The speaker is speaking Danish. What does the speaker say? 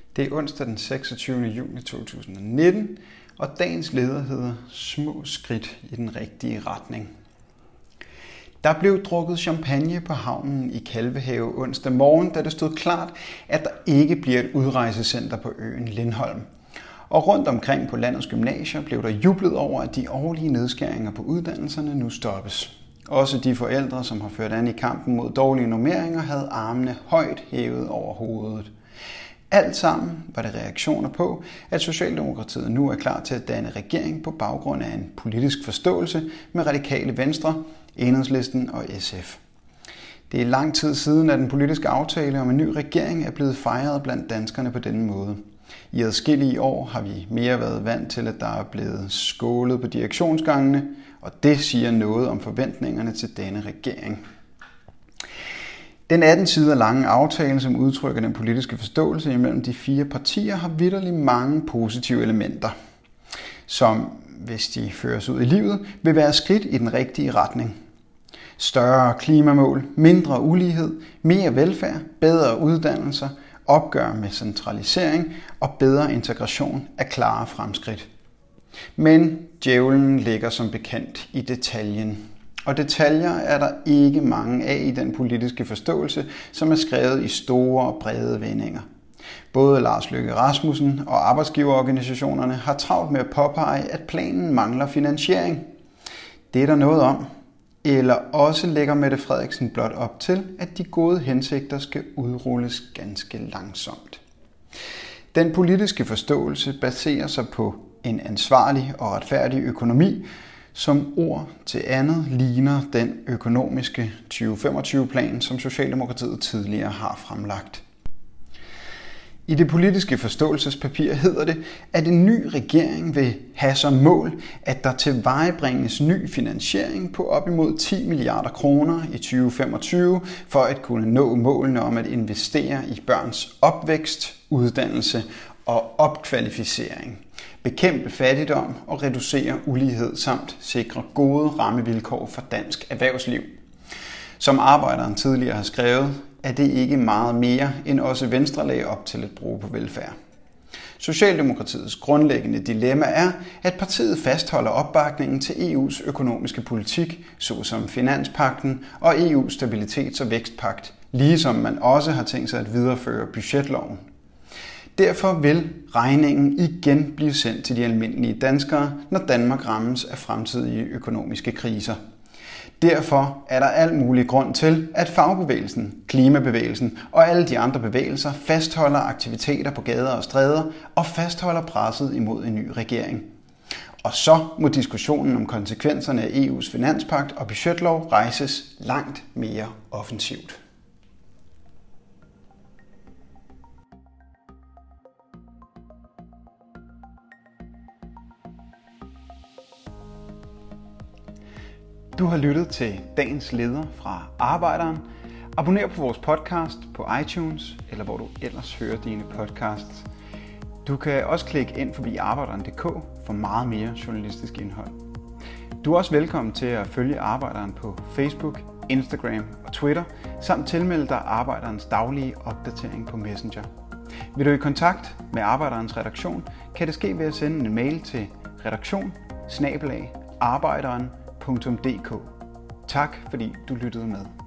Det er onsdag den 26. juni 2019, og dagens leder hedder Små skridt i den rigtige retning. Der blev drukket champagne på havnen i Kalvehave onsdag morgen, da det stod klart, at der ikke bliver et udrejsecenter på øen Lindholm. Og rundt omkring på landets gymnasier blev der jublet over, at de årlige nedskæringer på uddannelserne nu stoppes. Også de forældre, som har ført an i kampen mod dårlige normeringer, havde armene højt hævet over hovedet. Alt sammen var det reaktioner på, at Socialdemokratiet nu er klar til at danne regering på baggrund af en politisk forståelse med Radikale Venstre, Enhedslisten og SF. Det er lang tid siden, at den politiske aftale om en ny regering er blevet fejret blandt danskerne på denne måde. I adskillige år har vi mere været vant til, at der er blevet skålet på direktionsgangene, og det siger noget om forventningerne til denne regering. Den 18 sider lange aftale, som udtrykker den politiske forståelse imellem de 4 partier, har vitterligt mange positive elementer, som, hvis de føres ud i livet, vil være skridt i den rigtige retning. Større klimamål, mindre ulighed, mere velfærd, bedre uddannelser, opgør med centralisering og bedre integration er klare fremskridt. Men djævlen ligger som bekendt i detaljen. Og detaljer er der ikke mange af i den politiske forståelse, som er skrevet i store og brede vendinger. Både Lars Løkke Rasmussen og arbejdsgiverorganisationerne har travlt med at påpege, at planen mangler finansiering. Det er der noget om. Eller også lægger Mette Frederiksen blot op til, at de gode hensigter skal udrulles ganske langsomt. Den politiske forståelse baserer sig på en ansvarlig og retfærdig økonomi, som ord til andet ligner den økonomiske 2025-plan, som Socialdemokratiet tidligere har fremlagt. I det politiske forståelsespapir hedder det, at en ny regering vil have som mål, at der tilvejebringes ny finansiering på op imod 10 milliarder kroner i 2025 for at kunne nå målene om at investere i børns opvækst, uddannelse og opkvalificering, bekæmpe fattigdom og reducere ulighed samt sikre gode rammevilkår for dansk erhvervsliv. Som Arbejderen tidligere har skrevet, er det ikke meget mere end også Venstre lagde op til at bruge på velfærd. Socialdemokratiets grundlæggende dilemma er, at partiet fastholder opbakningen til EU's økonomiske politik, såsom Finanspagten og EU's stabilitets- og vækstpagt, ligesom man også har tænkt sig at videreføre budgetloven. Derfor vil regningen igen blive sendt til de almindelige danskere, når Danmark rammes af fremtidige økonomiske kriser. Derfor er der al mulig grund til, at fagbevægelsen, klimabevægelsen og alle de andre bevægelser fastholder aktiviteter på gader og stræder og fastholder presset imod en ny regering. Og så må diskussionen om konsekvenserne af EU's finanspagt og budgetlov rejses langt mere offensivt. Du har lyttet til dagens leder fra Arbejderen. Abonner på vores podcast på iTunes, eller hvor du ellers hører dine podcasts. Du kan også klikke ind forbi arbejderen.dk for meget mere journalistisk indhold. Du er også velkommen til at følge Arbejderen på Facebook, Instagram og Twitter, samt tilmelde dig Arbejderens daglige opdatering på Messenger. Vil du i kontakt med Arbejderens redaktion, kan det ske ved at sende en mail til redaktion@arbejderen.dk. Tak fordi du lyttede med.